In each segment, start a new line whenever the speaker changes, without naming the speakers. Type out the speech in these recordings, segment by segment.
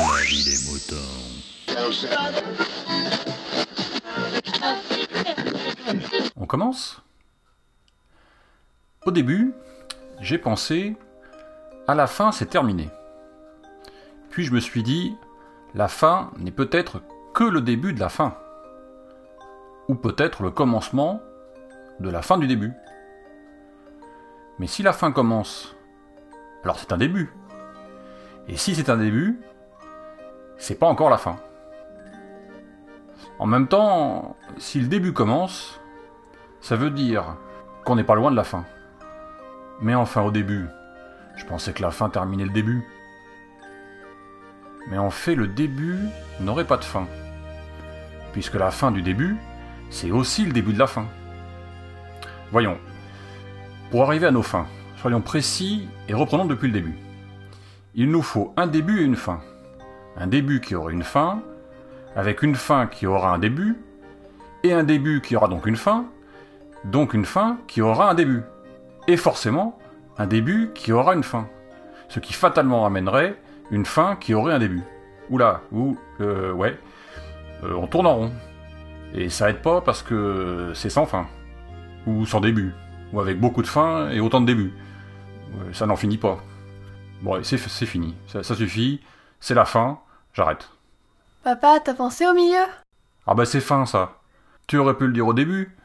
La vie des moutons. On commence ? Au début, j'ai pensé, à la fin c'est terminé. Puis je me suis dit, la fin n'est peut-être que le début de la fin. Ou peut-être le commencement de la fin du début. Mais si la fin commence, alors c'est un début. Et si c'est un début, c'est pas encore la fin. En même temps, si le début commence, ça veut dire qu'on n'est pas loin de la fin. Mais enfin, au début, je pensais que la fin terminait le début. Mais en fait, le début n'aurait pas de fin. Puisque la fin du début, c'est aussi le début de la fin. Voyons, pour arriver à nos fins, soyons précis et reprenons depuis le début. Il nous faut un début et une fin. Un début qui aura une fin, avec une fin qui aura un début, et un début qui aura donc une fin qui aura un début. Et forcément, un début qui aura une fin. Ce qui fatalement amènerait une fin qui aurait un début. On tourne en rond. Et ça aide pas parce que c'est sans fin. Ou sans début. Ou avec beaucoup de fins et autant de débuts. Ça n'en finit pas. Bon, c'est fini. Ça suffit. C'est la fin. J'arrête.
Papa, t'as pensé au milieu ?
Ah bah c'est fin ça. Tu aurais pu le dire au début.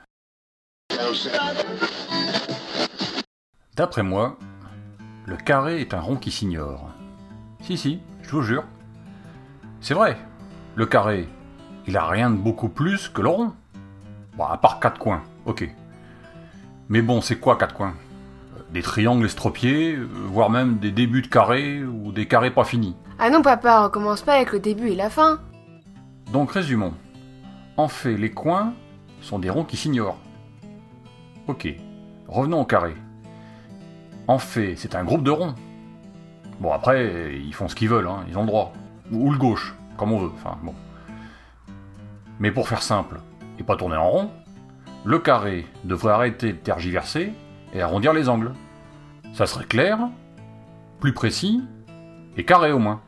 D'après moi, le carré est un rond qui s'ignore. Si, je vous jure. C'est vrai, le carré, il a rien de beaucoup plus que le rond. Bon, à part 4 coins, ok. Mais bon, c'est quoi 4 coins ? Des triangles estropiés, voire même des débuts de carrés ou des carrés pas finis.
Ah non papa, on commence pas avec le début et la fin.
Donc résumons. En fait, les coins sont des ronds qui s'ignorent. Ok, revenons au carré. En fait, c'est un groupe de ronds. Bon, après, ils font ce qu'ils veulent, hein, ils ont le droit. Ou le gauche, comme on veut, enfin bon. Mais pour faire simple, et pas tourner en rond, le carré devrait arrêter de tergiverser et arrondir les angles. Ça serait clair, plus précis, et carré au moins.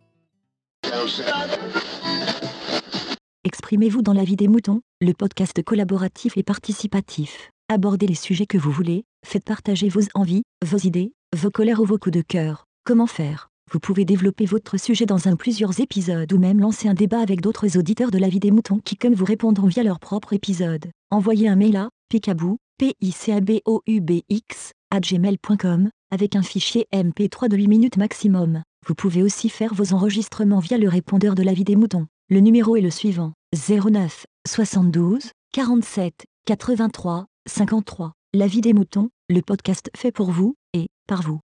Exprimez-vous dans la vie des moutons, le podcast collaboratif et participatif. Abordez les sujets que vous voulez, faites partager vos envies, vos idées, vos colères ou vos coups de cœur. Comment faire ? Vous pouvez développer votre sujet dans un plusieurs épisodes ou même lancer un débat avec d'autres auditeurs de la vie des moutons qui comme vous répondront via leur propre épisode. Envoyez un mail à picaboo, @gmail.com avec un fichier MP3 de 8 minutes maximum. Vous pouvez aussi faire vos enregistrements via le répondeur de la vie des moutons. Le numéro est le suivant, 09 72 47 83 53. La vie des moutons, le podcast fait pour vous et par vous.